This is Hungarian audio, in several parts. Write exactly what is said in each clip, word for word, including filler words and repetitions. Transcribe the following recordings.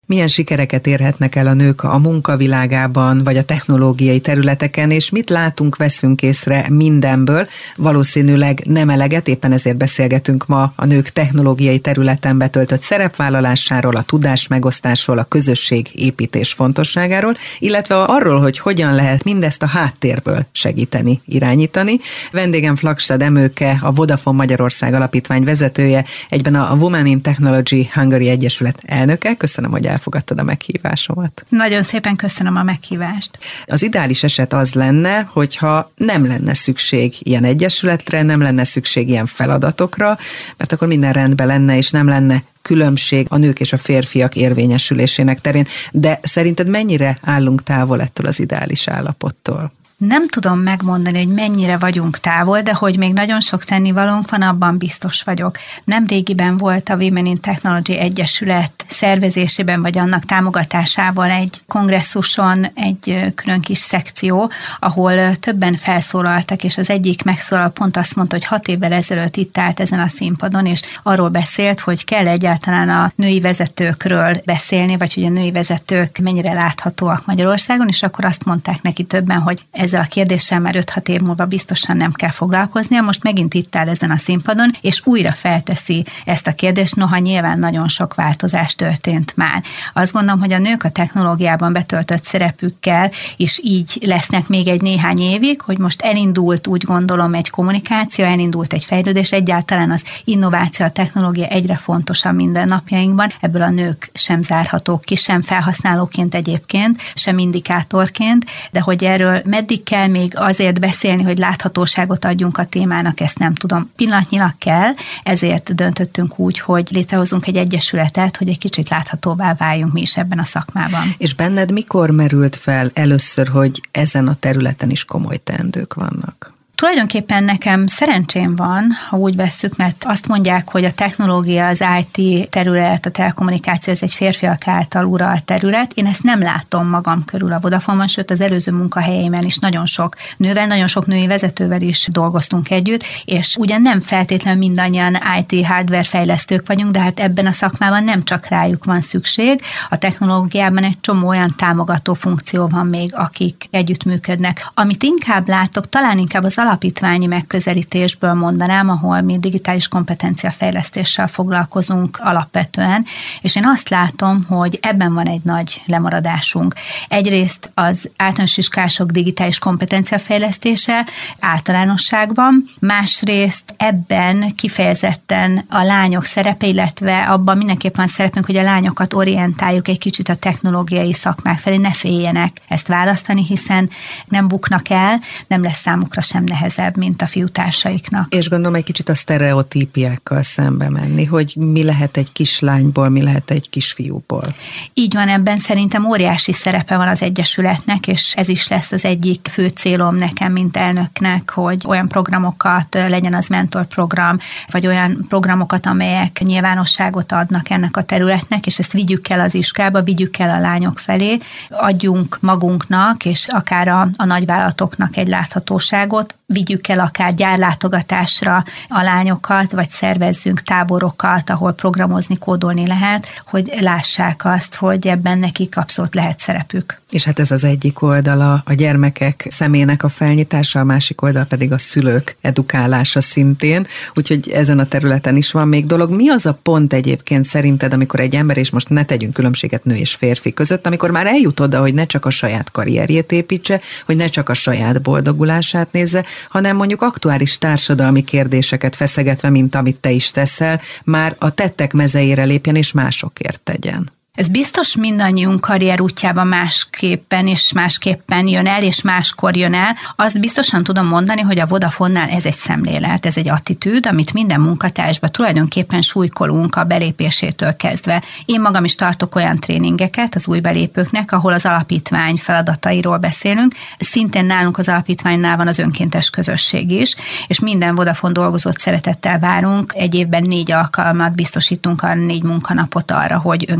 Milyen sikereket érhetnek el a nők a munkavilágában, vagy a technológiai területeken, és mit látunk, veszünk észre mindenből? Valószínűleg nem eleget, éppen ezért beszélgetünk ma a nők technológiai területen betöltött szerepvállalásáról, a tudásmegosztásról, a közösségépítés fontosságáról, illetve arról, hogy hogyan lehet mindezt a háttérből segíteni, irányítani. Vendégem Flagstad Emőke, a Vodafone Magyarország Alapítvány vezetője, egyben a Women in Technology Hungary Egyesület elnöke. Köszönöm, hogy elfogadtad a meghívásomat. Nagyon szépen köszönöm a meghívást. Az ideális eset az lenne, hogyha nem lenne szükség ilyen egyesületre, nem lenne szükség ilyen feladatokra, mert akkor minden rendben lenne, és nem lenne különbség a nők és a férfiak érvényesülésének terén. De szerinted mennyire állunk távol ettől az ideális állapottól? Nem tudom megmondani, hogy mennyire vagyunk távol, de hogy még nagyon sok tennivalónk van, abban biztos vagyok. Nemrégiben volt a Women in Technology Egyesület szervezésében, vagy annak támogatásával egy kongresszuson egy külön kis szekció, ahol többen felszólaltak, és az egyik megszólal pont azt mondta, hogy hat évvel ezelőtt itt állt ezen a színpadon, és arról beszélt, hogy kell egyáltalán a női vezetőkről beszélni, vagy hogy a női vezetők mennyire láthatóak Magyarországon, és akkor azt mondták neki többen, hogy ezzel a kérdéssel már öt-hat év múlva biztosan nem kell foglalkoznia, most megint itt áll ezen a színpadon, és újra felteszi ezt a kérdést, noha nyilván nagyon sok változás történt már. Azt gondolom, hogy a nők a technológiában betöltött szerepükkel is így lesznek még egy néhány évig, hogy most elindult, úgy gondolom, egy kommunikáció, elindult egy fejlődés, egyáltalán az innováció, a technológia egyre fontosabb minden napjainkban, ebből a nők sem zárhatók ki, sem felhasználóként egyébként, sem indikátorként, de hogy erről meddig kell még azért beszélni, hogy láthatóságot adjunk a témának, ezt nem tudom. Pillanatnyilag kell, ezért döntöttünk úgy, hogy létrehozunk egy egyesületet, hogy egy kicsit láthatóvá váljunk mi is ebben a szakmában. És benned mikor merült fel először, hogy ezen a területen is komoly teendők vannak? Tulajdonképpen nekem szerencsém van, ha úgy vesszük, mert azt mondják, hogy a technológia, az i té terület, a telekommunikáció, ez egy férfiak által uralt terület. Én ezt nem látom magam körül a Vodafone-ban, sőt az előző munkahelyeimen is nagyon sok nővel, nagyon sok női vezetővel is dolgoztunk együtt, és ugyan nem feltétlenül mindannyian i té hardware fejlesztők vagyunk, de hát ebben a szakmában nem csak rájuk van szükség. A technológiában egy csomó olyan támogató funkció van még, akik együttműködnek. Amit inkább látok, talán inkább az alapítványi megközelítésből mondanám, ahol mi digitális kompetenciafejlesztéssel foglalkozunk alapvetően, és én azt látom, hogy ebben van egy nagy lemaradásunk. Egyrészt az általános iskolások digitális kompetenciafejlesztése általánosságban, másrészt ebben kifejezetten a lányok szerepe, illetve abban mindenképp van szerepünk, hogy a lányokat orientáljuk egy kicsit a technológiai szakmák felé, ne féljenek ezt választani, hiszen nem buknak el, nem lesz számukra sem nehezebb, mint a fiútársaiknak. És gondolom egy kicsit a sztereotípiákkal szembe menni, hogy mi lehet egy kislányból, mi lehet egy kisfiúból. Így van, ebben szerintem óriási szerepe van az Egyesületnek, és ez is lesz az egyik fő célom nekem, mint elnöknek, hogy olyan programokat, legyen az mentorprogram, vagy olyan programokat, amelyek nyilvánosságot adnak ennek a területnek, és ezt vigyük el az iskolába, vigyük el a lányok felé, adjunk magunknak, és akár a, a nagyvállalatoknak egy láthatóságot, vigyük el akár gyárlátogatásra a lányokat, vagy szervezzünk táborokat, ahol programozni, kódolni lehet, hogy lássák azt, hogy ebben nekik abszolút lehet szerepük. És hát ez az egyik oldala a gyermekek szemének a felnyitása, a másik oldal pedig a szülők edukálása szintén, úgyhogy ezen a területen is van még dolog. Mi az a pont egyébként szerinted, amikor egy ember, és most ne tegyünk különbséget nő és férfi között, amikor már eljut oda, hogy ne csak a saját karrierjét építse, hogy ne csak a saját boldogulását nézze, hanem mondjuk aktuális társadalmi kérdéseket feszegetve, mint amit te is teszel, már a tettek mezeire lépjen és másokért tegyen. Ez biztos mindannyiunk karrier útjában másképpen és másképpen jön el, és máskor jön el. Azt biztosan tudom mondani, hogy a Vodafone-nál ez egy szemlélet, ez egy attitűd, amit minden munkatársban tulajdonképpen súlykolunk a belépésétől kezdve. Én magam is tartok olyan tréningeket az új belépőknek, ahol az alapítvány feladatairól beszélünk. Szintén nálunk az alapítványnál van az önkéntes közösség is, és minden Vodafone dolgozót szeretettel várunk. Egy évben négy alkalmat biztosítunk, arra négy munkanapot arra, hogy önkénteskedjünk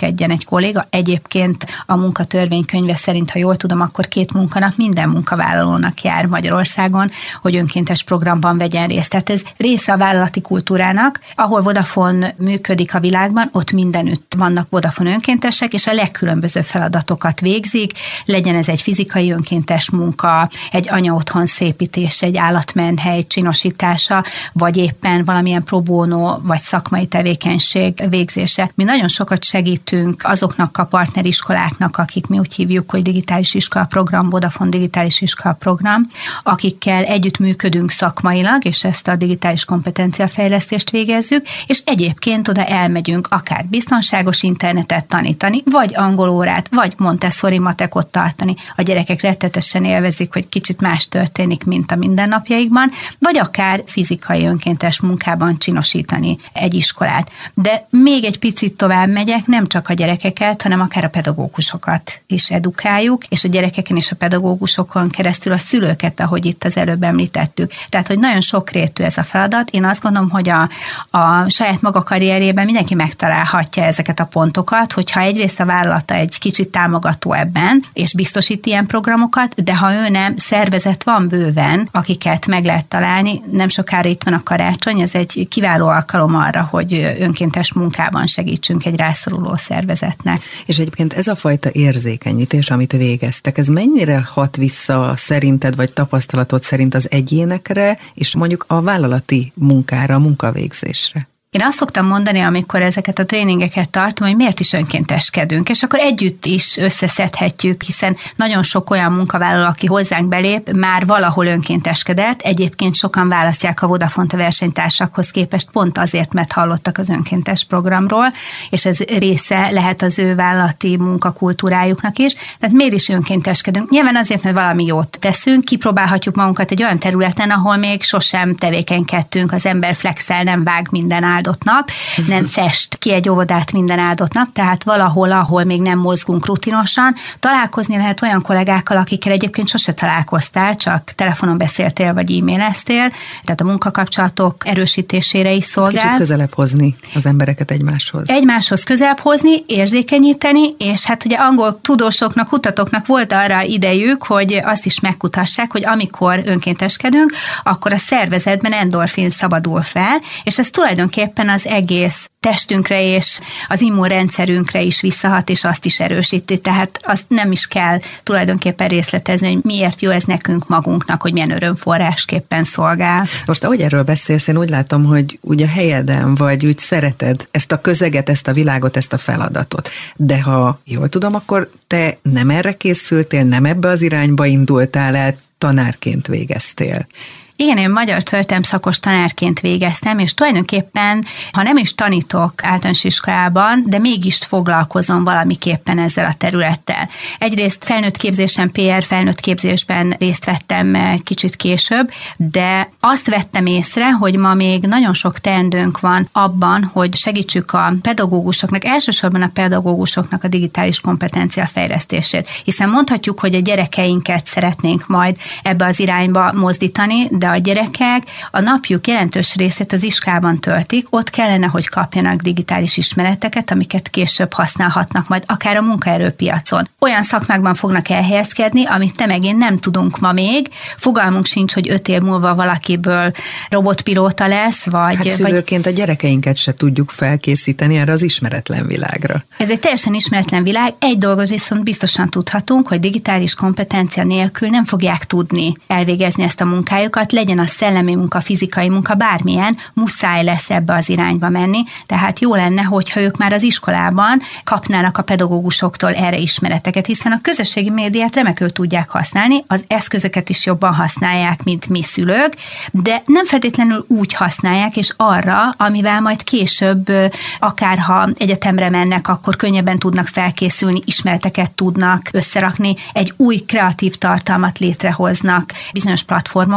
önkénteskedjen egy kolléga. Egyébként a munkatörvénykönyve szerint, ha jól tudom, akkor két munkanap minden munkavállalónak jár Magyarországon, hogy önkéntes programban vegyen részt. Tehát ez része a vállalati kultúrának. Ahol Vodafone működik a világban, ott mindenütt vannak Vodafone önkéntesek, és a legkülönbözőbb feladatokat végzik, legyen ez egy fizikai önkéntes munka, egy anya-otthon szépítés, egy állatmenhely csinosítása, vagy éppen valamilyen pro bono, vagy szakmai tevékenység végzése. Mi nagyon sokat segítünk azoknak a partneriskoláknak, akik mi úgy hívjuk, hogy digitális iskola program, Vodafone digitális iskola program, akikkel együtt működünk szakmailag, és ezt a digitális kompetenciafejlesztést végezzük, és egyébként oda elmegyünk akár biztonságos internetet tanítani, vagy angolórát, vagy Montessori matekot tartani. A gyerekek rettetesen élvezik, hogy kicsit más történik, mint a mindennapjaikban, vagy akár fizikai önkéntes munkában csinosítani egy iskolát. De még egy picit tovább megyek, nem csak a gyerekeket, hanem akár a pedagógusokat is edukáljuk, és a gyerekeken és a pedagógusokon keresztül a szülőket, ahogy itt az előbb említettük. Tehát, hogy nagyon sokrétű ez a feladat. Én azt gondolom, hogy a, a saját maga karrierjében mindenki megtalálhatja ezeket a pontokat, hogyha egyrészt a vállalata egy kicsit támogató ebben, és biztosít ilyen programokat, de ha ő nem, szervezet van bőven, akiket meg lehet találni. Nem sokára itt van a karácsony, ez egy kiváló alkalom arra, hogy önkéntes munkában segítsünk egy rászoruló szervezetnek. És egyébként ez a fajta érzékenyítés, amit végeztek, ez mennyire hat vissza szerinted, vagy tapasztalatod szerint az egyénekre, és mondjuk a vállalati munkára, a munkavégzésre? Én azt szoktam mondani, amikor ezeket a tréningeket tartom, hogy miért is önkénteskedünk, és akkor együtt is összeszedhetjük, hiszen nagyon sok olyan munkavállaló, aki hozzánk belép, már valahol önkénteskedett. Egyébként sokan választják a Vodafont a versenytársakhoz képest pont azért, mert hallottak az önkéntes programról, és ez része lehet az ő vállalati munkakultúrájuknak is. Tehát miért is önkénteskedünk? Nyilván azért, mert valami jót teszünk, kipróbálhatjuk magunkat egy olyan területen, ahol még sosem tevékenykedtünk, az ember flexel, nem vág minden áldott nap, nem fest ki egy óvodát minden áldott nap, tehát valahol, ahol még nem mozgunk rutinosan, találkozni lehet olyan kollégákkal, akikkel egyébként sose találkoztál, csak telefonon beszéltél, vagy e-maileztél, tehát a munkakapcsolatok erősítésére is szolgál. Kicsit közelebb hozni az embereket egymáshoz. Egymáshoz közelebb hozni, érzékenyíteni, és hát ugye angol tudósoknak, kutatóknak volt arra idejük, hogy azt is megkutassák, hogy amikor önkénteskedünk, akkor a szervezetben endorfin szabadul fel, és ez tulajdonképpen az egész testünkre és az immunrendszerünkre is visszahat, és azt is erősíti. Tehát azt nem is kell tulajdonképpen részletezni, hogy miért jó ez nekünk magunknak, hogy milyen örömforrásképpen szolgál. Most ahogy erről beszélsz, én úgy látom, hogy úgy a helyeden vagy, úgy szereted ezt a közeget, ezt a világot, ezt a feladatot. De ha jól tudom, akkor te nem erre készültél, nem ebbe az irányba indultál el, tanárként végeztél. Igen, én magyar történelem szakos tanárként végeztem, és tulajdonképpen, ha nem is tanítok általános iskolában, de mégis foglalkozom valamiképpen ezzel a területtel. Egyrészt felnőtt képzésen, pé er felnőtt képzésben részt vettem kicsit később, de azt vettem észre, hogy ma még nagyon sok teendőnk van abban, hogy segítsük a pedagógusoknak, elsősorban a pedagógusoknak a digitális kompetencia fejlesztését. Hiszen mondhatjuk, hogy a gyerekeinket szeretnénk majd ebbe az irányba mozdítani, de a gyerekek a napjuk jelentős részét az iskolában töltik, ott kellene, hogy kapjanak digitális ismereteket, amiket később használhatnak majd akár a munkaerőpiacon. Olyan szakmákban fognak elhelyezkedni, amit te meg én nem tudunk ma még, fogalmunk sincs, hogy öt év múlva valakiből robotpilóta lesz, vagy... Hát szülőként vagy... a gyerekeinket se tudjuk felkészíteni erre az ismeretlen világra. Ez egy teljesen ismeretlen világ, egy dolgot viszont biztosan tudhatunk, hogy digitális kompetencia nélkül nem fogják tudni elvégezni ezt a munkájukat, legyen a szellemi munka, fizikai munka, bármilyen, muszáj lesz ebbe az irányba menni, tehát jó lenne, hogyha ők már az iskolában kapnának a pedagógusoktól erre ismereteket, hiszen a közösségi médiát remekül tudják használni, az eszközöket is jobban használják, mint mi szülők, de nem feltétlenül úgy használják, és arra, amivel majd később, akárha egyetemre mennek, akkor könnyebben tudnak felkészülni, ismereteket tudnak összerakni, egy új kreatív tartalmat létrehoznak bizonyos platformokból,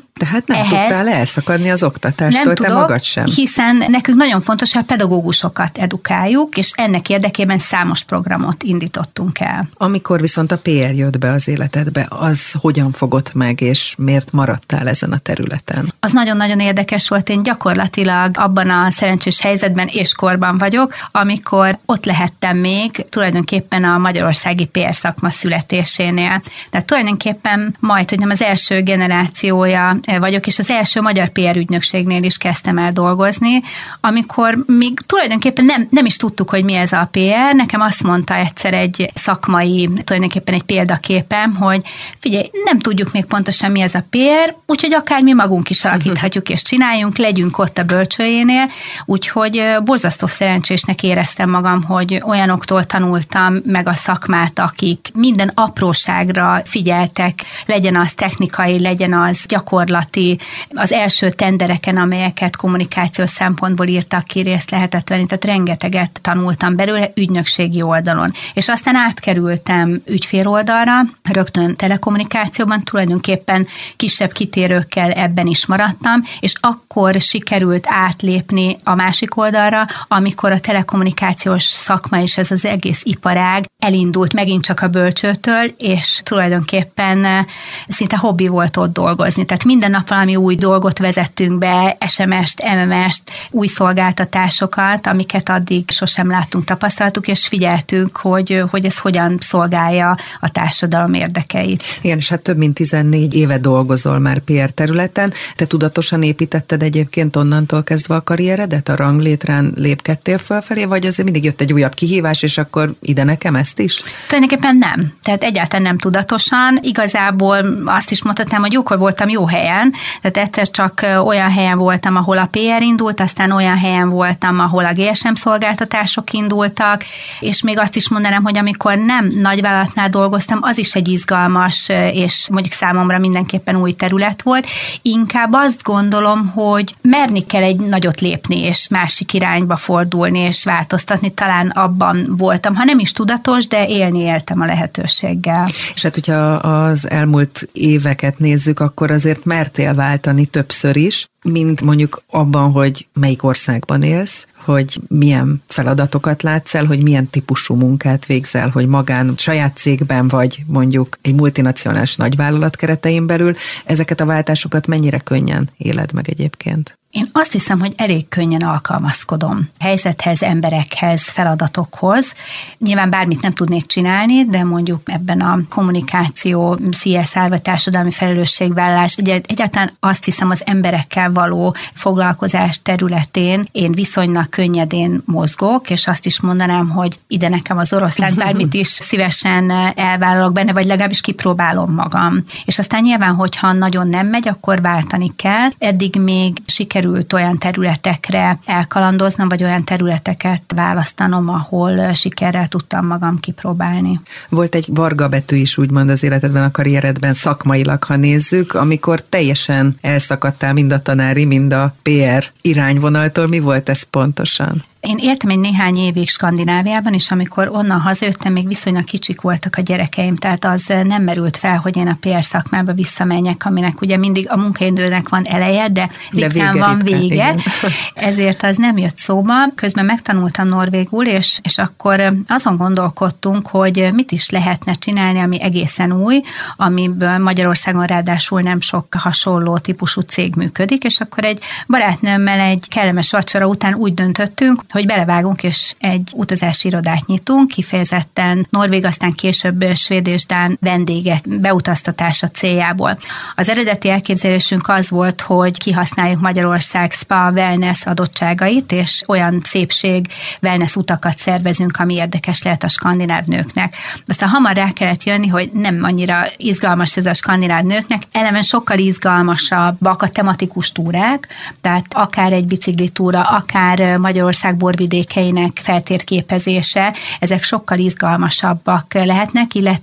Tehát nem ehhez tudtál elszakadni az oktatástól, nem te tudok, magad sem. Hiszen nekünk nagyon fontos, hogy a pedagógusokat edukáljuk, és ennek érdekében számos programot indítottunk el. Amikor viszont a pé er jött be az életedbe, az hogyan fogott meg, és miért maradtál ezen a területen? Az nagyon-nagyon érdekes volt, én gyakorlatilag abban a szerencsés helyzetben és korban vagyok, amikor ott lehettem még tulajdonképpen a magyarországi pé er szakma születésénél. Tehát tulajdonképpen majd, hogy nem az első generációja vagyok, és az első magyar pé er ügynökségnél is kezdtem el dolgozni, amikor még tulajdonképpen nem, nem is tudtuk, hogy mi ez a pé er. Nekem azt mondta egyszer egy szakmai, tulajdonképpen egy példaképem, hogy figyelj, nem tudjuk még pontosan mi ez a pé er, úgyhogy akár mi magunk is alakíthatjuk és csináljunk, legyünk ott a bölcsőjénél, úgyhogy borzasztó szerencsésnek éreztem magam, hogy olyanoktól tanultam meg a szakmát, akik minden apróságra figyeltek, legyen az technikai, legyen az gyakorlati, az első tendereken, amelyeket kommunikációs szempontból írtak ki, részt lehetett venni, tehát rengeteget tanultam belőle ügynökségi oldalon. És aztán átkerültem ügyfél oldalra, rögtön telekommunikációban, tulajdonképpen kisebb kitérőkkel ebben is maradtam, és akkor sikerült átlépni a másik oldalra, amikor a telekommunikációs szakma és ez az egész iparág elindult megint csak a bölcsőtől, és tulajdonképpen szinte hobbi volt ott dolgozni. Tehát minden nap valami új dolgot vezettünk be, es em est, em em est, új szolgáltatásokat, amiket addig sosem láttunk, tapasztaltuk, és figyeltünk, hogy, hogy ez hogyan szolgálja a társadalom érdekeit. Igen, és hát több mint tizennégy éve dolgozol már pé er területen. Te tudatosan építetted egyébként onnantól kezdve a karrieredet? A ranglétrán lépkedtél fölfelé, vagy azért mindig jött egy újabb kihívás, és akkor ide nekem ezt is? Tulajdonképpen nem. Tehát egyáltalán nem tudatosan. Igazából azt is mondhatnám, hogy jókor voltam jó helyen, tehát egyszer csak olyan helyen voltam, ahol a pé er indult, aztán olyan helyen voltam, ahol a gé es em szolgáltatások indultak, és még azt is mondanám, hogy amikor nem nagyvállalatnál dolgoztam, az is egy izgalmas, és mondjuk számomra mindenképpen új terület volt. Inkább azt gondolom, hogy merni kell egy nagyot lépni, és másik irányba fordulni, és változtatni. Talán abban voltam, ha nem is tudatos, de élni éltem a lehetőséggel. És hát, hogyha az elmúlt éveket nézzük, akkor azért mertél váltani többször is, mint mondjuk abban, hogy melyik országban élsz, hogy milyen feladatokat látsz el, hogy milyen típusú munkát végzel, hogy magán, saját cégben, vagy mondjuk egy multinacionális nagyvállalat keretein belül, ezeket a váltásokat mennyire könnyen éled meg egyébként? Én azt hiszem, hogy elég könnyen alkalmazkodom helyzethez, emberekhez, feladatokhoz. Nyilván bármit nem tudnék csinálni, de mondjuk ebben a kommunikáció, cé es er vagy társadalmi felelősségvállalás, egyáltalán azt hiszem az emberekkel való foglalkozás területén én viszonylag könnyedén mozgok, és azt is mondanám, hogy ide nekem az oroszlán bármit is szívesen elvállalok benne, vagy legalábbis kipróbálom magam. És aztán nyilván, hogyha nagyon nem megy, akkor váltani kell. Eddig még sikerült olyan területekre elkalandoznom, vagy olyan területeket választanom, ahol sikerrel tudtam magam kipróbálni. Volt egy varga betű is úgymond az életedben, a karrieredben szakmailag, ha nézzük, amikor teljesen elszakadtál mind a tanári, mind a pé er irányvonaltól. Mi volt ez pontosan? Én éltem egy néhány évig Skandináviában, és amikor onnan hazajöttem, még viszonylag kicsik voltak a gyerekeim, tehát az nem merült fel, hogy én a pé er szakmába visszamenjek, aminek ugye mindig a munkaidőnek van eleje, de ritkán van vége, vége ezért az nem jött szóba. Közben megtanultam norvégul, és, és akkor azon gondolkodtunk, hogy mit is lehetne csinálni, ami egészen új, amiből Magyarországon ráadásul nem sok hasonló típusú cég működik, és akkor egy barátnőmmel egy kellemes vacsora után úgy döntöttünk, hogy belevágunk, és egy utazási irodát nyitunk, kifejezetten norvég, aztán később svéd és dán vendégek beutaztatása céljából. Az eredeti elképzelésünk az volt, hogy kihasználjuk Magyarország spa, wellness adottságait, és olyan szépség, wellness utakat szervezünk, ami érdekes lehet a skandináv nőknek. Aztán hamar rá kellett jönni, hogy nem annyira izgalmas ez a skandináv nőknek, elemen sokkal izgalmasabbak a tematikus túrák, tehát akár egy biciklitúra, akár Magyarország borvidékeinek feltérképezése, ezek sokkal izgalmasabbak lehetnek, illetve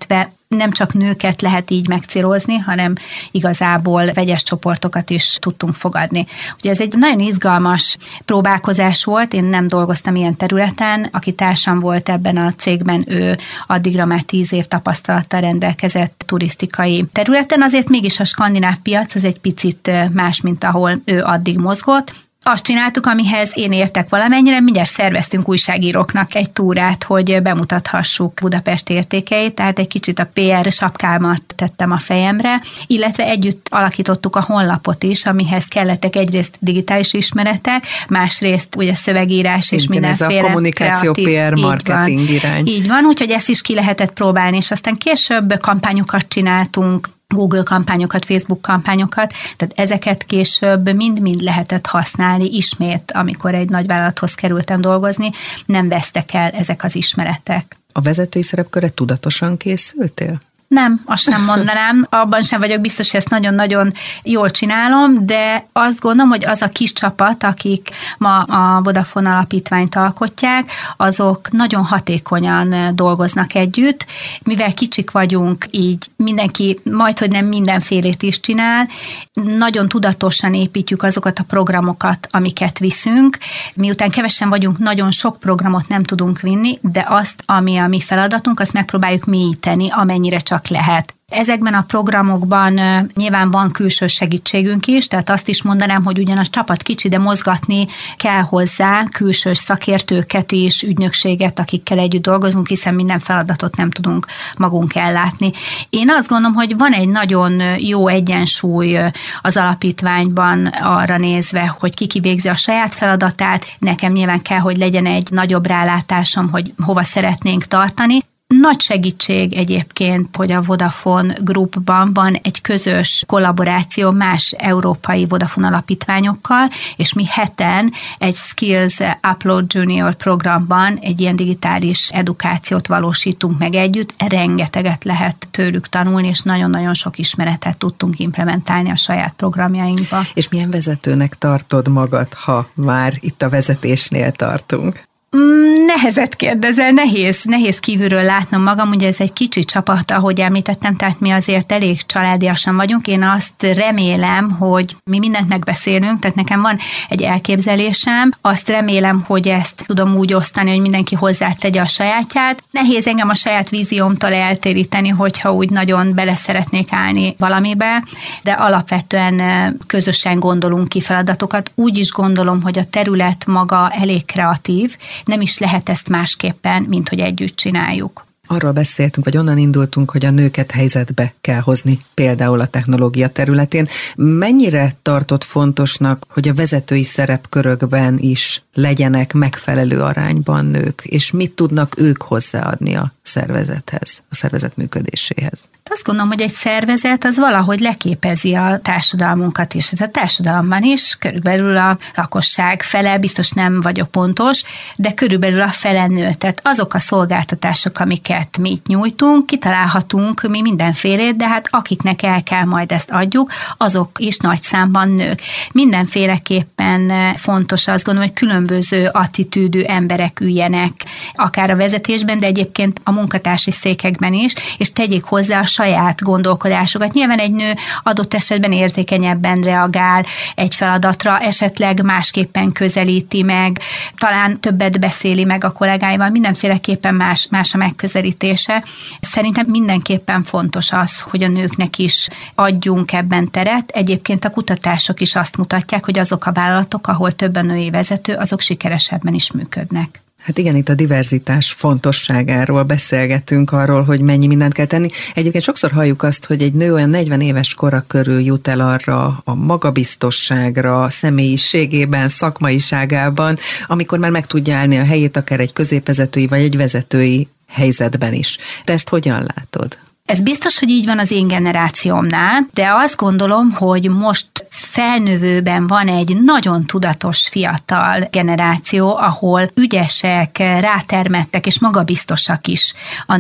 nem csak nőket lehet így megcélozni, hanem igazából vegyes csoportokat is tudtunk fogadni. Ugye ez egy nagyon izgalmas próbálkozás volt, én nem dolgoztam ilyen területen, aki társam volt ebben a cégben, ő addigra már tíz év tapasztalattal rendelkezett turisztikai területen, azért mégis a skandináv piac az egy picit más, mint ahol ő addig mozgott. Azt csináltuk, amihez én értek valamennyire, mindjárt szerveztünk újságíróknak egy túrát, hogy bemutathassuk Budapest értékeit, tehát egy kicsit a pé er sapkámat tettem a fejemre, illetve együtt alakítottuk a honlapot is, amihez kellettek egyrészt digitális ismeretek, másrészt ugye szövegírás Szintén és mindenféle ez a kommunikáció, kreatív, pé er, marketing így irány. Így van, úgyhogy ezt is ki lehetett próbálni, és aztán később kampányokat csináltunk, Google kampányokat, Facebook kampányokat, tehát ezeket később mind-mind lehetett használni ismét, amikor egy nagyvállalathoz kerültem dolgozni, nem vesztek el ezek az ismeretek. A vezetői szerepkörre tudatosan készültél? Nem, azt sem mondanám, abban sem vagyok biztos, hogy ezt nagyon-nagyon jól csinálom, de azt gondolom, hogy az a kis csapat, akik ma a Vodafone alapítványt alkotják, azok nagyon hatékonyan dolgoznak együtt, mivel kicsik vagyunk, így mindenki majdhogy nem mindenfélét is csinál, nagyon tudatosan építjük azokat a programokat, amiket viszünk, miután kevesen vagyunk, nagyon sok programot nem tudunk vinni, de azt, ami a mi feladatunk, azt megpróbáljuk mélyíteni, amennyire csak lehet. Ezekben a programokban nyilván van külső segítségünk is, tehát azt is mondanám, hogy ugyan a csapat kicsi, de mozgatni kell hozzá külső szakértőket is, ügynökséget, akikkel együtt dolgozunk, hiszen minden feladatot nem tudunk magunk ellátni. Én azt gondolom, hogy van egy nagyon jó egyensúly az alapítványban arra nézve, hogy ki kivégzi a saját feladatát, nekem nyilván kell, hogy legyen egy nagyobb rálátásom, hogy hova szeretnénk tartani. Nagy segítség egyébként, hogy a Vodafone Groupban van egy közös kollaboráció más európai Vodafone alapítványokkal, és mi heten egy Skills Upload Junior programban egy ilyen digitális edukációt valósítunk meg együtt. Rengeteget lehet tőlük tanulni, és nagyon-nagyon sok ismeretet tudtunk implementálni a saját programjainkba. És milyen vezetőnek tartod magad, ha már itt a vezetésnél tartunk? Nehezet kérdezel, nehéz, nehéz kívülről látnom magam, ugye ez egy kicsi csapat, ahogy említettem, tehát mi azért elég családiasan vagyunk. Én azt remélem, hogy mi mindent megbeszélünk, tehát nekem van egy elképzelésem, azt remélem, hogy ezt tudom úgy osztani, hogy mindenki hozzátegye a sajátját. Nehéz engem a saját víziómtól eltéríteni, hogyha úgy nagyon bele szeretnék állni valamibe, de alapvetően közösen gondolunk ki feladatokat. Úgy is gondolom, hogy a terület maga elég kreatív, nem is lehet ezt másképpen, mint hogy együtt csináljuk. Arról beszéltünk, vagy onnan indultunk, hogy a nőket helyzetbe kell hozni, például a technológia területén. Mennyire tartott fontosnak, hogy a vezetői szerepkörökben is legyenek megfelelő arányban nők, és mit tudnak ők hozzáadni a szervezethez, a szervezet működéséhez? Azt gondolom, hogy egy szervezet az valahogy leképezi a társadalmunkat is. Tehát a társadalomban is körülbelül a lakosság fele, biztos nem vagyok pontos, de körülbelül a fele nő. Tehát azok a szolgáltatások, amiket mi itt nyújtunk, kitalálhatunk mi mindenfélét, de hát akiknek el kell majd ezt adjuk, azok is nagy számban nők. Mindenféleképpen fontos azt gondolom, hogy különböző attitűdű emberek üljenek, akár a vezetésben, de egyébként a munkatársi székekben is, és tegyék hozzá a saját gondolkodásokat. Nyilván egy nő adott esetben érzékenyebben reagál egy feladatra, esetleg másképpen közelíti meg, talán többet beszéli meg a kollégáival, mindenféleképpen más, más a megközelítése. Szerintem mindenképpen fontos az, hogy a nőknek is adjunk ebben teret. Egyébként a kutatások is azt mutatják, hogy azok a vállalatok, ahol több a női vezető, azok sikeresebben is működnek. Hát igen, itt a diverzitás fontosságáról beszélgetünk, arról, hogy mennyi mindent kell tenni. Egyébként sokszor halljuk azt, hogy egy nő olyan negyven éves kora körül jut el arra a magabiztosságra, személyiségében, szakmaiságában, amikor már meg tudja állni a helyét akár egy középvezetői vagy egy vezetői helyzetben is. Te ezt hogyan látod? Ez biztos, hogy így van az én generációmnál, de azt gondolom, hogy most felnövőben van egy nagyon tudatos fiatal generáció, ahol ügyesek, rátermettek és magabiztosak is a nők.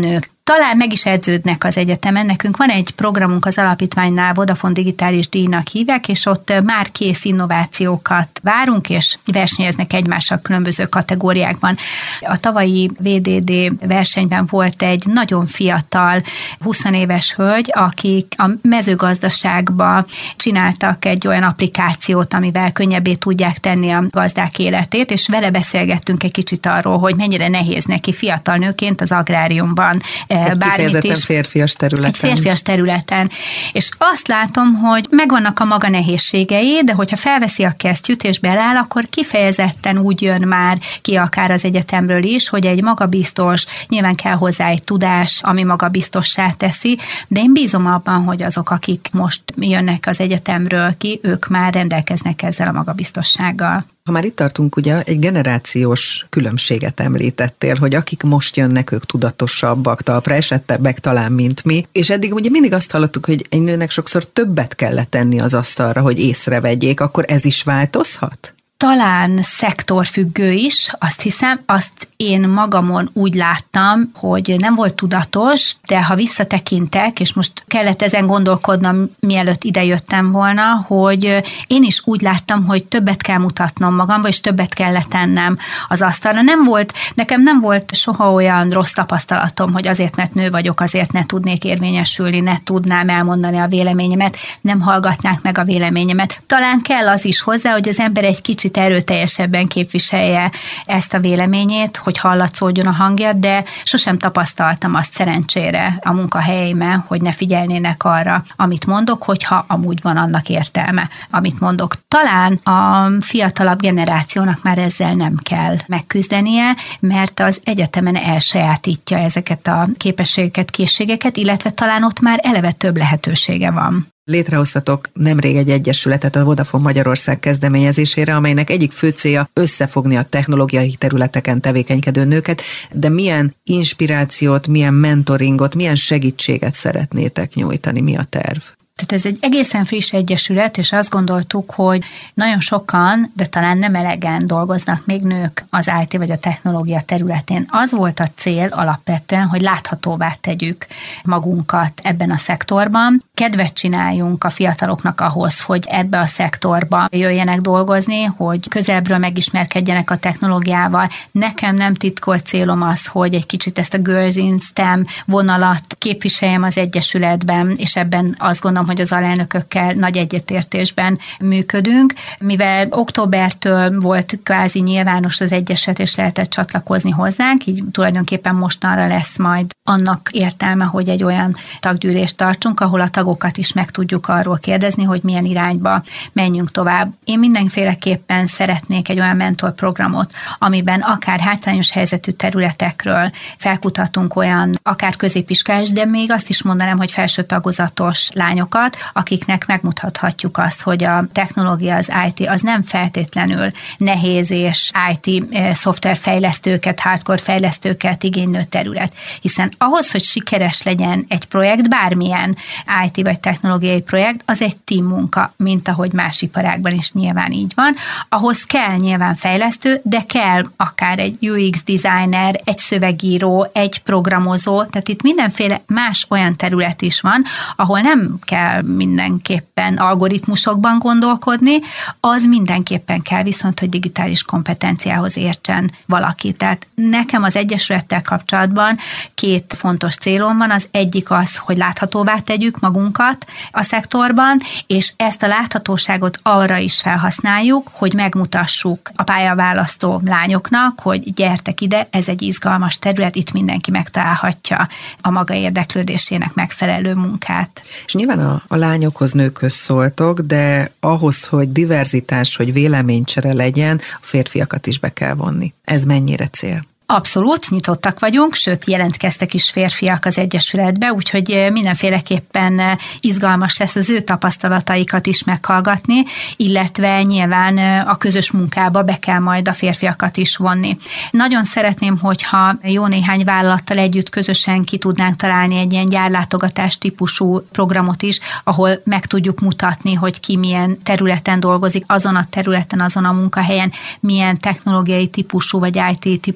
talán meg is edződnek az egyetemen. Nekünk van egy programunk az alapítványnál, Vodafone Digitális díjnak hívják, és ott már kész innovációkat várunk, és versenyeznek egymással különböző kategóriákban. A tavalyi vé dé dé versenyben volt egy nagyon fiatal, húsz éves hölgy, akik a mezőgazdaságba csináltak egy olyan applikációt, amivel könnyebbé tudják tenni a gazdák életét, és vele beszélgettünk egy kicsit arról, hogy mennyire nehéz neki fiatal nőként az agráriumban egy kifejezetten férfias területen. Egy férfias területen. És azt látom, hogy megvannak a maga nehézségei, de hogyha felveszi a kesztyűt és beláll, akkor kifejezetten úgy jön már ki akár az egyetemről is, hogy egy magabiztos, nyilván kell hozzá egy tudás, ami magabiztossá teszi, de én bízom abban, hogy azok, akik most jönnek az egyetemről ki, ők már rendelkeznek ezzel a magabiztossággal. Ha már itt tartunk, ugye egy generációs különbséget említettél, hogy akik most jönnek, ők tudatosabbak, talpra esettebbek talán, mint mi, és eddig ugye mindig azt hallottuk, hogy egy nőnek sokszor többet kellett tenni az asztalra, hogy észrevegyék, akkor ez is változhat? Talán szektorfüggő is, azt hiszem, azt én magamon úgy láttam, hogy nem volt tudatos, de ha visszatekintek, és most kellett ezen gondolkodnom, mielőtt idejöttem volna, hogy én is úgy láttam, hogy többet kell mutatnom magamba, és többet kell tennem az asztalra. Nem volt, nekem nem volt soha olyan rossz tapasztalatom, hogy azért, mert nő vagyok, azért ne tudnék érvényesülni, ne tudnám elmondani a véleményemet, nem hallgatnák meg a véleményemet. Talán kell az is hozzá, hogy az ember egy kicsit erőteljesebben képviselje ezt a véleményét, hogy hallatszódjon a hangja, de sosem tapasztaltam azt szerencsére a munkahelyeimen, hogy ne figyelnének arra, amit mondok, hogyha amúgy van annak értelme, amit mondok. Talán a fiatalabb generációnak már ezzel nem kell megküzdenie, mert az egyetemen elsajátítja ezeket a képességeket, készségeket, illetve talán ott már eleve több lehetősége van. Létrehoztatok nemrég egy egyesületet a Vodafone Magyarország kezdeményezésére, amelynek egyik fő célja összefogni a technológiai területeken tevékenykedő nőket, de milyen inspirációt, milyen mentoringot, milyen segítséget szeretnétek nyújtani, mi a terv? Tehát ez egy egészen friss egyesület, és azt gondoltuk, hogy nagyon sokan, de talán nem elegen dolgoznak még nők az i té vagy a technológia területén. Az volt a cél alapvetően, hogy láthatóvá tegyük magunkat ebben a szektorban. Kedvet csináljunk a fiataloknak ahhoz, hogy ebbe a szektorba jöjjenek dolgozni, hogy közelebbről megismerkedjenek a technológiával. Nekem nem titkolt célom az, hogy egy kicsit ezt a Girls in STEM vonalat képviseljem az egyesületben, és ebben azt gondolom, hogy az alelnökökkel nagy egyetértésben működünk. Mivel októbertől volt kvázi nyilvános az egyesület, és lehetett csatlakozni hozzánk, így tulajdonképpen mostanra lesz majd annak értelme, hogy egy olyan taggyűlést tartsunk, ahol a tagokat is meg tudjuk arról kérdezni, hogy milyen irányba menjünk tovább. Én mindenféleképpen szeretnék egy olyan mentorprogramot, amiben akár hátrányos helyzetű területekről felkutatunk olyan, akár középiskolás, de még azt is mondanám, hogy felső tagozatos lányokat, akiknek megmutathatjuk azt, hogy a technológia, az i té az nem feltétlenül nehéz és i té szoftverfejlesztőket, hardcore fejlesztőket igénylő terület. Hiszen ahhoz, hogy sikeres legyen egy projekt, bármilyen i té vagy technológiai projekt, az egy team munka, mint ahogy más iparágban is nyilván így van. Ahhoz kell nyilván fejlesztő, de kell akár egy u iksz designer, egy szövegíró, egy programozó, tehát itt mindenféle más olyan terület is van, ahol nem kell mindenképpen algoritmusokban gondolkodni, az mindenképpen kell viszont, hogy digitális kompetenciához értsen valaki. Tehát nekem az egyesülettel kapcsolatban két fontos célom van. Az egyik az, hogy láthatóvá tegyük magunkat a szektorban, és ezt a láthatóságot arra is felhasználjuk, hogy megmutassuk a pályaválasztó lányoknak, hogy gyertek ide, ez egy izgalmas terület, itt mindenki megtalálhatja a maga érdeklődésének megfelelő munkát. És nyilván a, a lányokhoz, nőkhöz szóltok, de ahhoz, hogy diverzitás, hogy véleménycsere legyen, a férfiakat is be kell vonni. Ez mennyire cél? Abszolút nyitottak vagyunk, sőt jelentkeztek is férfiak az egyesületbe, úgyhogy mindenféleképpen izgalmas lesz az ő tapasztalataikat is meghallgatni, illetve nyilván a közös munkába be kell majd a férfiakat is vonni. Nagyon szeretném, hogyha jó néhány vállalattal együtt közösen ki tudnánk találni egy ilyen gyárlátogatás típusú programot is, ahol meg tudjuk mutatni, hogy ki milyen területen dolgozik, azon a területen, azon a munkahelyen, milyen technológiai típusú vagy i té típusú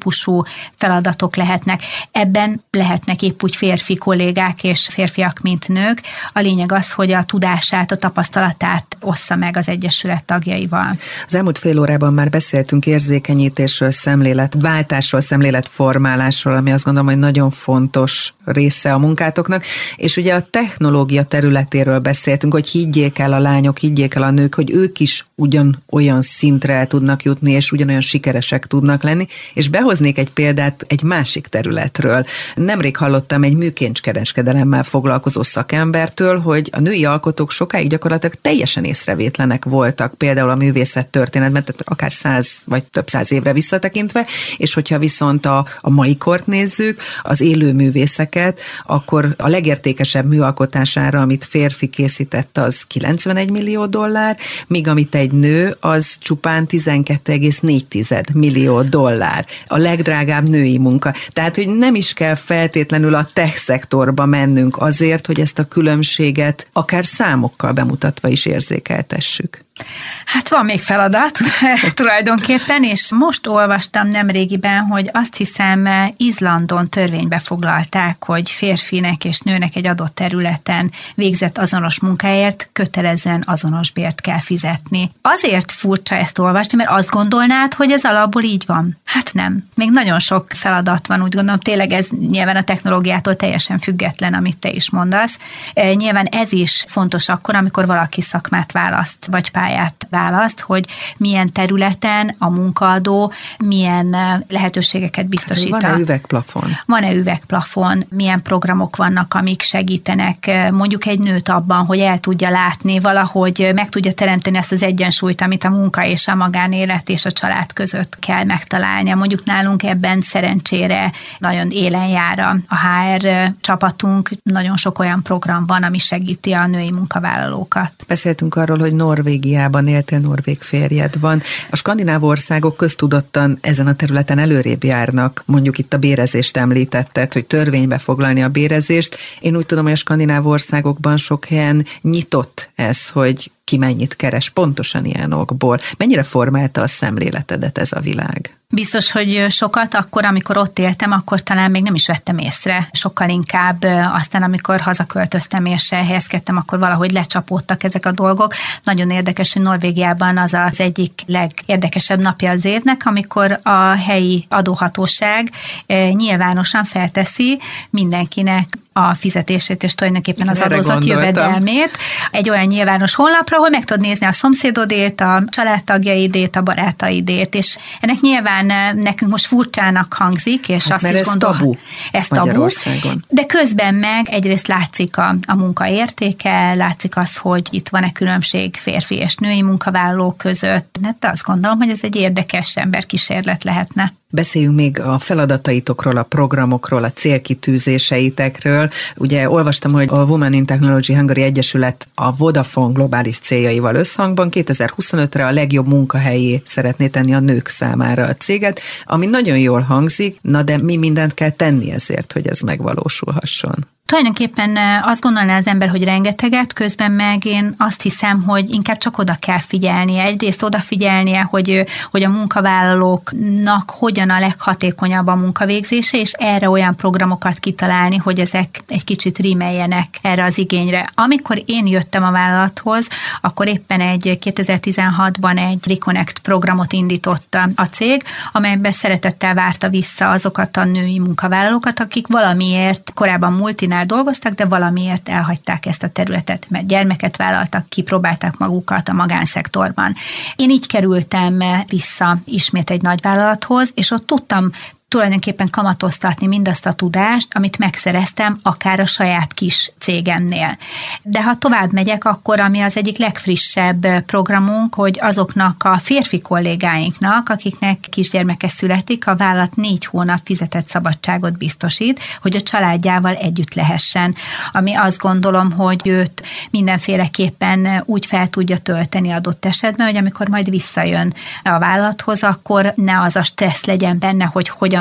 hasonló feladatok lehetnek. Ebben lehetnek épp úgy férfi kollégák és férfiak, mint nők. A lényeg az, hogy a tudását, a tapasztalatát ossza meg az Egyesület tagjaival. Az elmúlt fél órában már beszéltünk érzékenyítésről, szemléletváltásról, szemléletformálásról, ami azt gondolom, hogy nagyon fontos része a munkátoknak, és ugye a technológia területéről beszéltünk, hogy higgyék el a lányok, higgyék el a nők, hogy ők is ugyan olyan szintre el tudnak jutni, és ugyanolyan sikeresek tudnak lenni, és behoznék egy példát egy másik területről. Nemrég hallottam egy műkincskereskedelemmel foglalkozó szakembertől, hogy a női alkotók sokáig gyakorlatilag teljesen észrevétlenek voltak, például a művészet történetben, tehát akár száz vagy több száz évre visszatekintve, és hogyha viszont a, a mai kort nézzük, az élő művészeket, akkor a legértékesebb műalkotására, amit férfi készített, az kilencvenegy millió dollár, míg amit egy nő, az csupán tizenkét egész négy millió dollár. A legdrágább női munka. Tehát, hogy nem is kell feltétlenül a tech szektorba mennünk azért, hogy ezt a különbséget akár számokkal bemutatva is érzékeltessük. Hát van még feladat tulajdonképpen, és most olvastam nemrégiben, hogy azt hiszem Izlandon törvénybe foglalták, hogy férfinek és nőnek egy adott területen végzett azonos munkáért kötelezően azonos bért kell fizetni. Azért furcsa ezt olvasni, mert azt gondolnád, hogy ez alapból így van. Hát nem. Még nagyon sok feladat van, úgy gondolom, tényleg ez nyilván a technológiától teljesen független, amit te is mondasz. Nyilván ez is fontos akkor, amikor valaki szakmát választ, vagy pályát választ, hogy milyen területen a munkaadó milyen lehetőségeket biztosít. Van-e üvegplafon? Van-e üvegplafon? Milyen programok vannak, amik segítenek mondjuk egy nőt abban, hogy el tudja látni, valahogy meg tudja teremteni ezt az egyensúlyt, amit a munka és a magánélet és a család között kell megtalálnia. Mondjuk nálunk ebben szerencsére nagyon élen jár a há er csapatunk, nagyon sok olyan program van, ami segíti a női munkavállalókat. Beszéltünk arról, hogy Norvégiában éltél, norvég férjed van. A skandináv országok köztudottan ezen a területen előrébb járnak. Mondjuk itt a bérezést említetted, hogy törvénybe foglalni a bérezést. Én úgy tudom, hogy a skandináv országokban sok helyen nyitott ez, hogy ki mennyit keres pontosan ilyen okból. Mennyire formálta a szemléletedet ez a világ? Biztos, hogy sokat, akkor, amikor ott éltem, akkor talán még nem is vettem észre. Sokkal inkább aztán, amikor hazaköltöztem és elhelyezkedtem, akkor valahogy lecsapódtak ezek a dolgok. Nagyon érdekes, hogy Norvégiában az az egyik legérdekesebb napja az évnek, amikor a helyi adóhatóság nyilvánosan felteszi mindenkinek a fizetését és tulajdonképpen az Erre adózott gondoltam. Jövedelmét egy olyan nyilvános honlapra, ahol meg tudod nézni a szomszédodét, a családtagjaidét, a barátaidét, és ennek nyilván nekünk most furcsának hangzik, és hát azt mert is ez gondol, tabu ez tabu, Magyarországon. de közben meg egyrészt látszik a, a munka értéke, látszik az, hogy itt van-e különbség férfi és női munkavállalók között. Hát azt gondolom, hogy ez egy érdekes emberkísérlet lehetne. Beszéljünk még a feladataitokról, a programokról, a célkitűzéseitekről. Ugye olvastam, hogy a Women in Technology Hungary Egyesület a Vodafone globális céljaival összhangban kétezer-huszonötre a legjobb munkahelyé szeretné tenni a nők számára a céget, ami nagyon jól hangzik, na de mi mindent kell tenni ezért, hogy ez megvalósulhasson? Tulajdonképpen azt gondolná az ember, hogy rengeteget, közben meg én azt hiszem, hogy inkább csak oda kell figyelnie. Egyrészt odafigyelnie, hogy, hogy a munkavállalóknak hogyan a leghatékonyabb a munkavégzése, és erre olyan programokat kitalálni, hogy ezek egy kicsit rímeljenek erre az igényre. Amikor én jöttem a vállalathoz, akkor éppen egy kétezer-tizenhatban egy Reconnect programot indított a cég, amelyben szeretettel várta vissza azokat a női munkavállalókat, akik valamiért korábban multinál dolgoztak, de valamiért elhagyták ezt a területet, mert gyermeket vállaltak, kipróbálták magukat a magánszektorban. Én így kerültem vissza ismét egy nagyvállalathoz, és ott tudtam tulajdonképpen kamatoztatni mindazt a tudást, amit megszereztem akár a saját kis cégemnél. De ha tovább megyek, akkor ami az egyik legfrissebb programunk, hogy azoknak a férfi kollégáinknak, akiknek kisgyermeke születik, a vállalat négy hónap fizetett szabadságot biztosít, hogy a családjával együtt lehessen. Ami azt gondolom, hogy őt mindenféleképpen úgy fel tudja tölteni adott esetben, hogy amikor majd visszajön a vállalathoz, akkor ne az a stressz legyen benne, hogy hogyan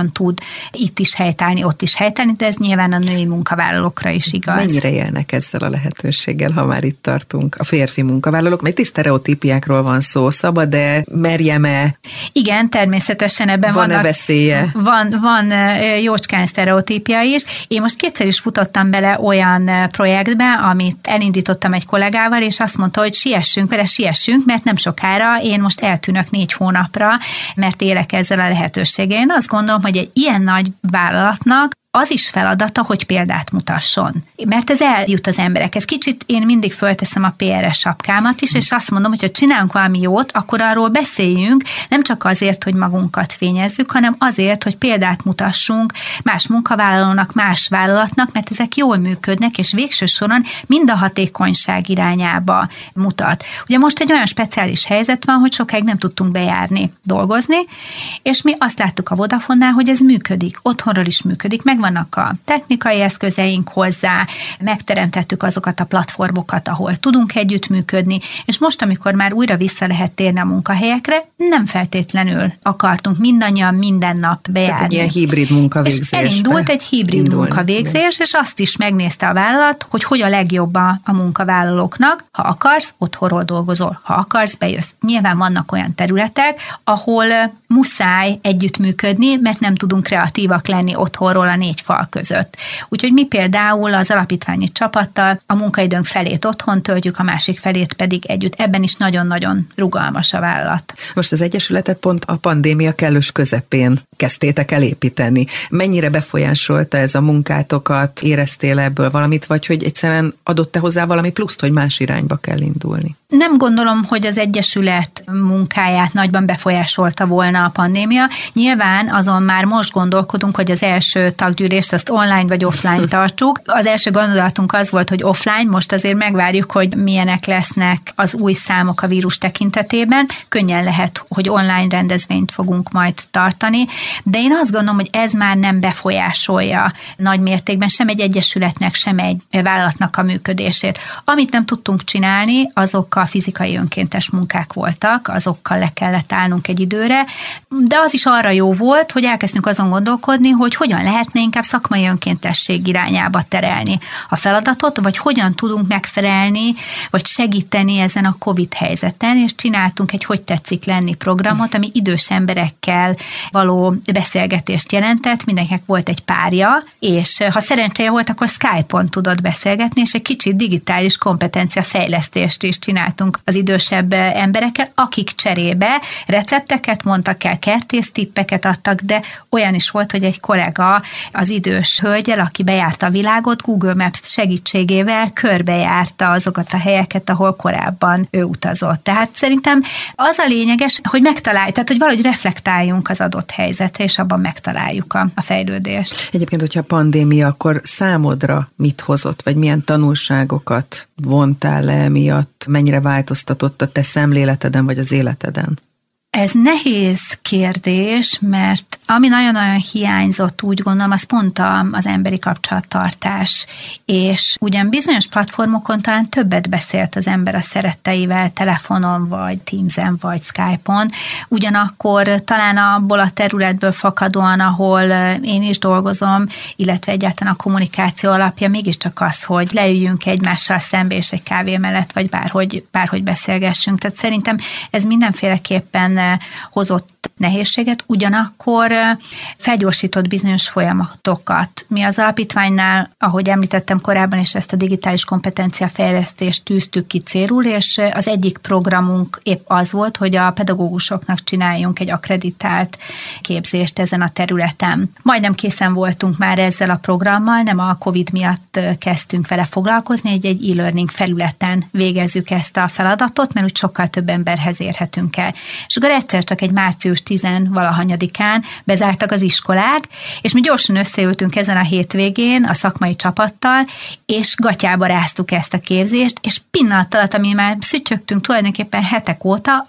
hogyan tud itt is helytállni, ott is helytállni, de ez nyilván a női munkavállalókra is igaz. Mennyire élnek ezzel a lehetőséggel, ha már itt tartunk? A férfi munkavállalók, mert itt sztereotípiákról van szó, szabad-e, merjem-e? Igen, természetesen ebben van-e vannak, veszélye? Van, van jócskán sztereotípia is. Én most kétszer is futottam bele olyan projektbe, amit elindítottam egy kollégával, és azt mondta, hogy siessünk vele, siessünk, mert nem sokára én most eltűnök négy hónapra, mert élek ezzel a lehetőséggel. Én azt gondolom, hogy egy ilyen nagy vállalatnak az is feladata, hogy példát mutasson. Mert ez eljut az emberekhez. Kicsit én mindig fölteszem a pé er es sapkámat is, és azt mondom, hogy ha csinálunk valami jót, akkor arról beszéljünk, nem csak azért, hogy magunkat fényezzük, hanem azért, hogy példát mutassunk más munkavállalónak, más vállalatnak, mert ezek jól működnek, és végső soron mind a hatékonyság irányába mutat. Ugye most egy olyan speciális helyzet van, hogy sokáig nem tudtunk bejárni, dolgozni, és mi azt láttuk a Vodafonnál, hogy ez működik, otthonról is működik, meg vannak a technikai eszközeink hozzá, megteremtettük azokat a platformokat, ahol tudunk együttműködni, és most, amikor már újra vissza lehet térni a munkahelyekre, nem feltétlenül akartunk mindannyian minden nap bejárni. Tehát egy ilyen hibrid munkavégzés. És elindult egy hibrid Indulni. munkavégzés, és azt is megnézte a vállalat, hogy hogy a legjobb a, a munkavállalóknak. Ha akarsz, otthonról dolgozol. Ha akarsz, bejössz. Nyilván vannak olyan területek, ahol muszáj együttműködni, mert nem tudunk kreatívak lenni otthonról a négy fal között. Úgyhogy mi például az alapítványi csapattal a munkaidőnk felét otthon töltjük, a másik felét pedig együtt. Ebben is nagyon-nagyon rugalmas a vállalat. Most az Egyesületet pont a pandémia kellős közepén kezdtétek el építeni. Mennyire befolyásolta ez a munkátokat? Éreztél ebből valamit, vagy hogy egyszerűen adott-e hozzá valami pluszt, hogy más irányba kell indulni? Nem gondolom, hogy az Egyesület munkáját nagyban befolyásolta volna a pandémia. Nyilván azon már most gondolkodunk, hogy az első taggyűlést azt online vagy offline tartsuk. Az első gondolatunk az volt, hogy offline, most azért megvárjuk, hogy milyenek lesznek az új számok a vírus tekintetében. Könnyen lehet, hogy online rendezvényt fogunk majd tartani, de én azt gondolom, hogy ez már nem befolyásolja nagy mértékben sem egy egyesületnek, sem egy vállalatnak a működését. Amit nem tudtunk csinálni, azok a fizikai önkéntes munkák voltak, azokkal le kellett állnunk egy időre, de az is arra jó volt, hogy elkezdtünk azon gondolkodni, hogy hogyan lehetne inkább szakmai önkéntesség irányába terelni a feladatot, vagy hogyan tudunk megfelelni, vagy segíteni ezen a Covid helyzeten, és csináltunk egy Hogy tetszik lenni programot, ami idős emberekkel való beszélgetést jelentett, mindenkinek volt egy párja, és ha szerencséje volt, akkor Skype-on tudott beszélgetni, és egy kicsit digitális kompetencia fejlesztést is csináltunk az idősebb emberekkel, akik cserébe recepteket mondtak el, kertésztippeket adtak, de olyan is volt, hogy egy kollega az idős hölgyel, aki bejárta a világot, Google Maps segítségével körbejárta azokat a helyeket, ahol korábban ő utazott. Tehát szerintem az a lényeges, hogy megtaláljuk, tehát hogy valahogy reflektáljunk az adott helyzetre, és abban megtaláljuk a, a fejlődést. Egyébként, hogyha a pandémia, akkor számodra mit hozott, vagy milyen tanulságokat vontál le miatt, mennyire változtatott a te szemléleteden, vagy az életeden? Ez nehéz kérdés, mert ami nagyon-nagyon hiányzott, úgy gondolom, az pont az emberi kapcsolattartás. És ugyan bizonyos platformokon talán többet beszélt az ember a szeretteivel, telefonon, vagy Teamsen, vagy Skype-on, ugyanakkor talán abból a területből fakadóan, ahol én is dolgozom, illetve egyáltalán a kommunikáció alapja mégiscsak az, hogy leüljünk egymással szembe, és egy kávé mellett, vagy bárhogy, bárhogy beszélgessünk. Tehát szerintem ez mindenféleképpen hozott nehézséget, ugyanakkor felgyorsított bizonyos folyamatokat. Mi az alapítványnál, ahogy említettem korábban, és ezt a digitális kompetenciafejlesztést tűztük ki célul, és az egyik programunk épp az volt, hogy a pedagógusoknak csináljunk egy akkreditált képzést ezen a területen. Majdnem készen voltunk már ezzel a programmal, nem a Covid miatt kezdtünk vele foglalkozni, egy, egy e-learning felületen végezzük ezt a feladatot, mert úgy sokkal több emberhez érhetünk el. És akkor egyszer csak egy március tizenvalahanyadikán bezártak az iskolák, és mi gyorsan összeültünk ezen a hétvégén a szakmai csapattal, és gatyába ráztuk ezt a képzést, és pillanat alatt, ami már szütyögtünk tulajdonképpen hetek óta, azt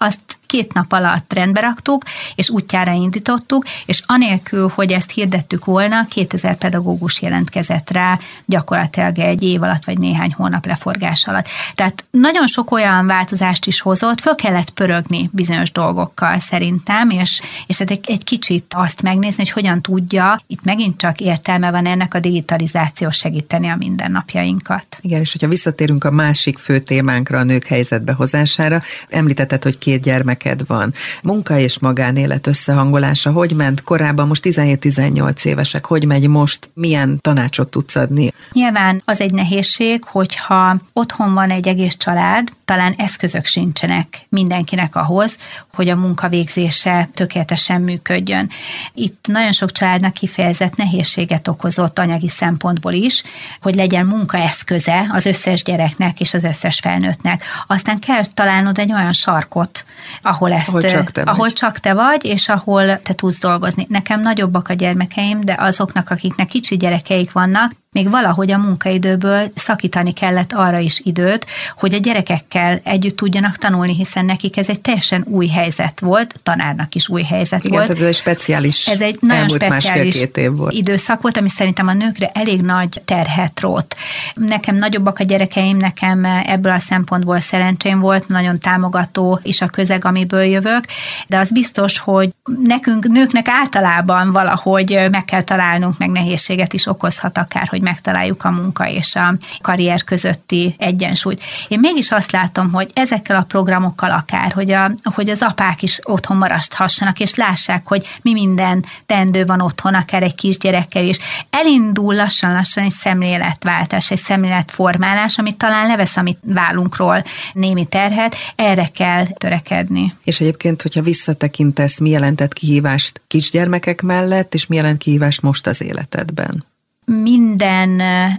két nap alatt rendbe raktuk, és útjára indítottuk, és anélkül, hogy ezt hirdettük volna, kétezer pedagógus jelentkezett rá gyakorlatilag egy év alatt, vagy néhány hónap leforgás alatt. Tehát nagyon sok olyan változást is hozott, föl kellett pörögni bizonyos dolgokkal szerintem, és, és egy, egy kicsit azt megnézni, hogy hogyan tudja, itt megint csak értelme van ennek a digitalizáció segíteni a mindennapjainkat. Igen, és hogyha visszatérünk a másik fő témánkra, a nők helyzetbe hozására, említetted, hogy két gyermeked van. Munka és magánélet összehangolása, hogy ment korábban, most tizenhét-tizennyolc évesek, hogy megy most, milyen tanácsot tudsz adni? Nyilván az egy nehézség, hogyha otthon van egy egész család, talán eszközök sincsenek mindenkinek ahhoz, hogy a munkavégzése tökéletesen működjön. Itt nagyon sok családnak kifejezett nehézséget okozott anyagi szempontból is, hogy legyen munkaeszköze az összes gyereknek és az összes felnőttnek. Aztán kell találnod egy olyan sarkot, ahol ezt, ahol csak te ahol vagy. csak te vagy, és ahol te tudsz dolgozni. Nekem nagyobbak a gyermekeim, de azoknak, akiknek kicsi gyerekeik vannak, még valahogy a munkaidőből szakítani kellett arra is időt, hogy a gyerekekkel együtt tudjanak tanulni, hiszen nekik ez egy teljesen új helyzet volt, tanárnak is új helyzet Igen, volt. tehát ez egy speciális, ez egy nagyon speciális év volt. időszak volt, ami szerintem a nőkre elég nagy terhet rótt. Nekem nagyobbak a gyerekeim, nekem ebből a szempontból szerencsém volt, nagyon támogató is a közeg, amiből jövök, de az biztos, hogy nekünk, nőknek általában valahogy meg kell találnunk, meg nehézséget is okozhat akár, hogy megtaláljuk a munka és a karrier közötti egyensúlyt. Én mégis azt látom, hogy ezekkel a programokkal akár, hogy, a, hogy az apák is otthon maradhassanak, és lássák, hogy mi minden teendő van otthon, akár egy kisgyerekkel is. Elindul lassan-lassan egy szemléletváltás, egy szemléletformálás, amit talán levesz a mi vállunkról némi terhet, erre kell törekedni. És egyébként, hogyha visszatekintesz, mi jelentett kihívást kisgyermekek mellett, és mi jelent kihívást most az életedben? Minden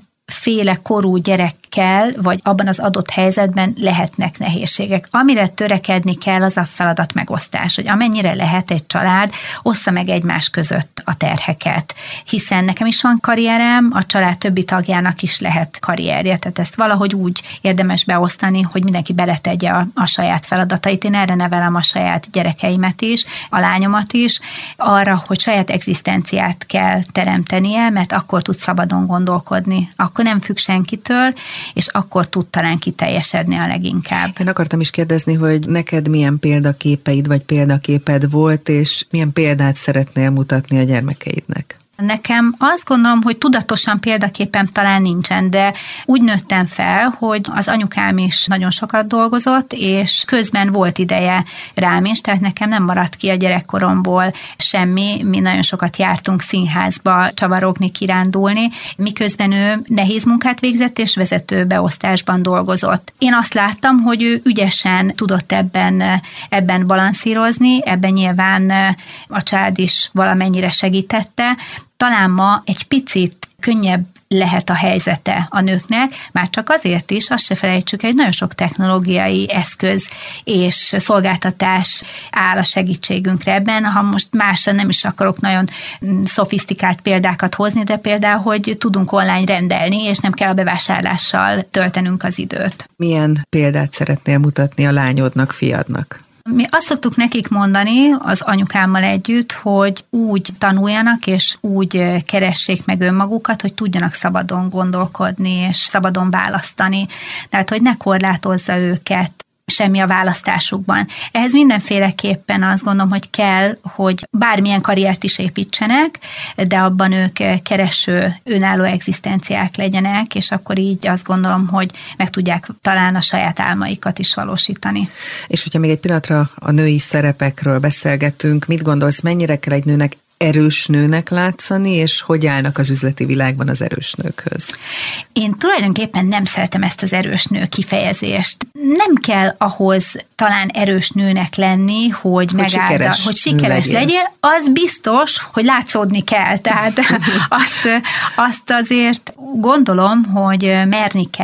féle korú gyerekkel, vagy abban az adott helyzetben lehetnek nehézségek. Amire törekedni kell, az a feladat megosztás, hogy amennyire lehet egy család, ossza meg egymás között a terheket. Hiszen nekem is van karrierem, a család többi tagjának is lehet karrierje, tehát ezt valahogy úgy érdemes beosztani, hogy mindenki beletegye a, a saját feladatait. Én erre nevelem a saját gyerekeimet is, a lányomat is, arra, hogy saját egzisztenciát kell teremtenie, mert akkor tud szabadon gondolkodni, akkor nem függ senkitől, és akkor tud talán kiteljesedni a leginkább. Én akartam is kérdezni, hogy neked milyen példaképeid, vagy példaképed volt, és milyen példát szeretnél mutatni a gyermekeidnek? Nekem azt gondolom, hogy tudatosan példaképem talán nincsen, de úgy nőttem fel, hogy az anyukám is nagyon sokat dolgozott, és közben volt ideje rám is, tehát nekem nem maradt ki a gyerekkoromból semmi, mi nagyon sokat jártunk színházba csavarogni, kirándulni, miközben ő nehéz munkát végzett, és vezetőbeosztásban dolgozott. Én azt láttam, hogy ő ügyesen tudott ebben, ebben balanszírozni, ebben nyilván a család is valamennyire segítette. Talán ma egy picit könnyebb lehet a helyzete a nőknek, már csak azért is, azt se felejtsük, egy nagyon sok technológiai eszköz és szolgáltatás áll a segítségünkre ebben, ha most másra nem is akarok nagyon szofisztikált példákat hozni, de például, hogy tudunk online rendelni, és nem kell a bevásárlással töltenünk az időt. Milyen példát szeretnél mutatni a lányodnak, fiadnak? Mi azt szoktuk nekik mondani az anyukámmal együtt, hogy úgy tanuljanak, és úgy keressék meg önmagukat, hogy tudjanak szabadon gondolkodni, és szabadon választani. Tehát, hogy ne korlátozza őket semmi a választásukban. Ehhez mindenféleképpen azt gondolom, hogy kell, hogy bármilyen karriert is építsenek, de abban ők kereső, önálló egzisztenciák legyenek, és akkor így azt gondolom, hogy meg tudják talán a saját álmaikat is valósítani. És hogyha még egy pillanatra a női szerepekről beszélgetünk, mit gondolsz, mennyire kell egy nőnek erős nőnek látszani, és hogy állnak az üzleti világban az erős nőkhöz? Én tulajdonképpen nem szeretem ezt az erős nő kifejezést. Nem kell ahhoz talán erős nőnek lenni, hogy, hogy megálda, hogy sikeres legyél. legyél. Az biztos, hogy látszódni kell. Tehát azt, azt azért gondolom, hogy merni kell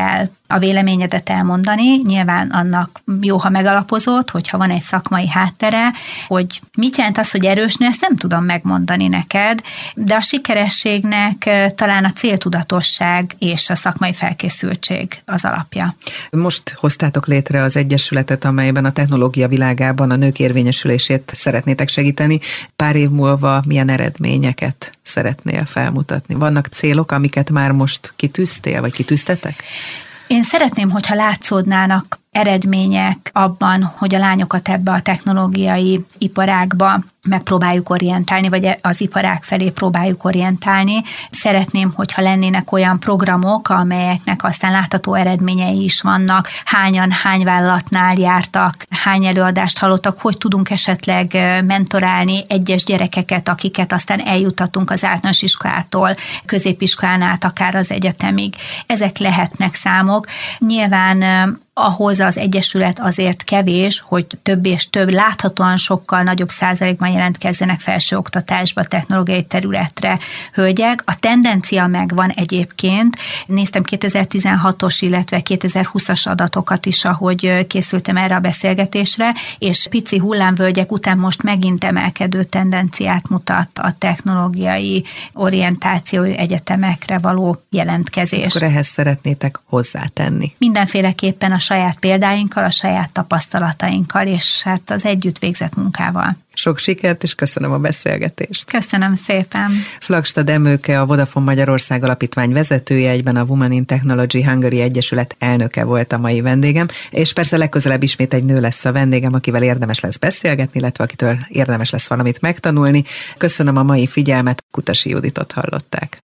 a véleményedet elmondani. Nyilván annak jó, ha megalapozott, hogyha van egy szakmai háttere, hogy mit jelent az, hogy erős nő, ezt nem tudom megmondani neked, de a sikerességnek talán a céltudatosság és a szakmai felkészültség az alapja. Most hoztátok létre az egyesületet, amelyben a technológia világában a nők érvényesülését szeretnétek segíteni. Pár év múlva milyen eredményeket szeretnél felmutatni? Vannak célok, amiket már most kitűztél, vagy kitűztetek? Én szeretném, hogyha látszódnának eredmények abban, hogy a lányokat ebbe a technológiai iparágba megpróbáljuk orientálni, vagy az iparág felé próbáljuk orientálni. Szeretném, hogyha lennének olyan programok, amelyeknek aztán látható eredményei is vannak, hányan, hány vállalatnál jártak, hány előadást hallottak, hogy tudunk esetleg mentorálni egyes gyerekeket, akiket aztán eljutatunk az általános iskolától, középiskolán át, akár az egyetemig. Ezek lehetnek számok. Nyilván ahhoz az egyesület azért kevés, hogy több és több, láthatóan sokkal nagyobb százalékban jelentkezzenek felsőoktatásba, technológiai területre hölgyek. A tendencia megvan egyébként. Néztem kétezer-tizenhatos, illetve kétezer-húszas adatokat is, ahogy készültem erre a beszélgetésre, és pici hullámvölgyek után most megint emelkedő tendenciát mutat a technológiai orientációi egyetemekre való jelentkezés. Akkor ehhez szeretnétek hozzátenni? Mindenféleképpen a saját példáinkkal, a saját tapasztalatainkkal, és hát az együtt végzett munkával. Sok sikert, és köszönöm a beszélgetést. Köszönöm szépen. Flagstad Emőke, a Vodafone Magyarország Alapítvány vezetője, egyben a Women in Technology Hungary Egyesület elnöke volt a mai vendégem, és persze legközelebb ismét egy nő lesz a vendégem, akivel érdemes lesz beszélgetni, illetve akitől érdemes lesz valamit megtanulni. Köszönöm a mai figyelmet, Kutasi Juditot hallották.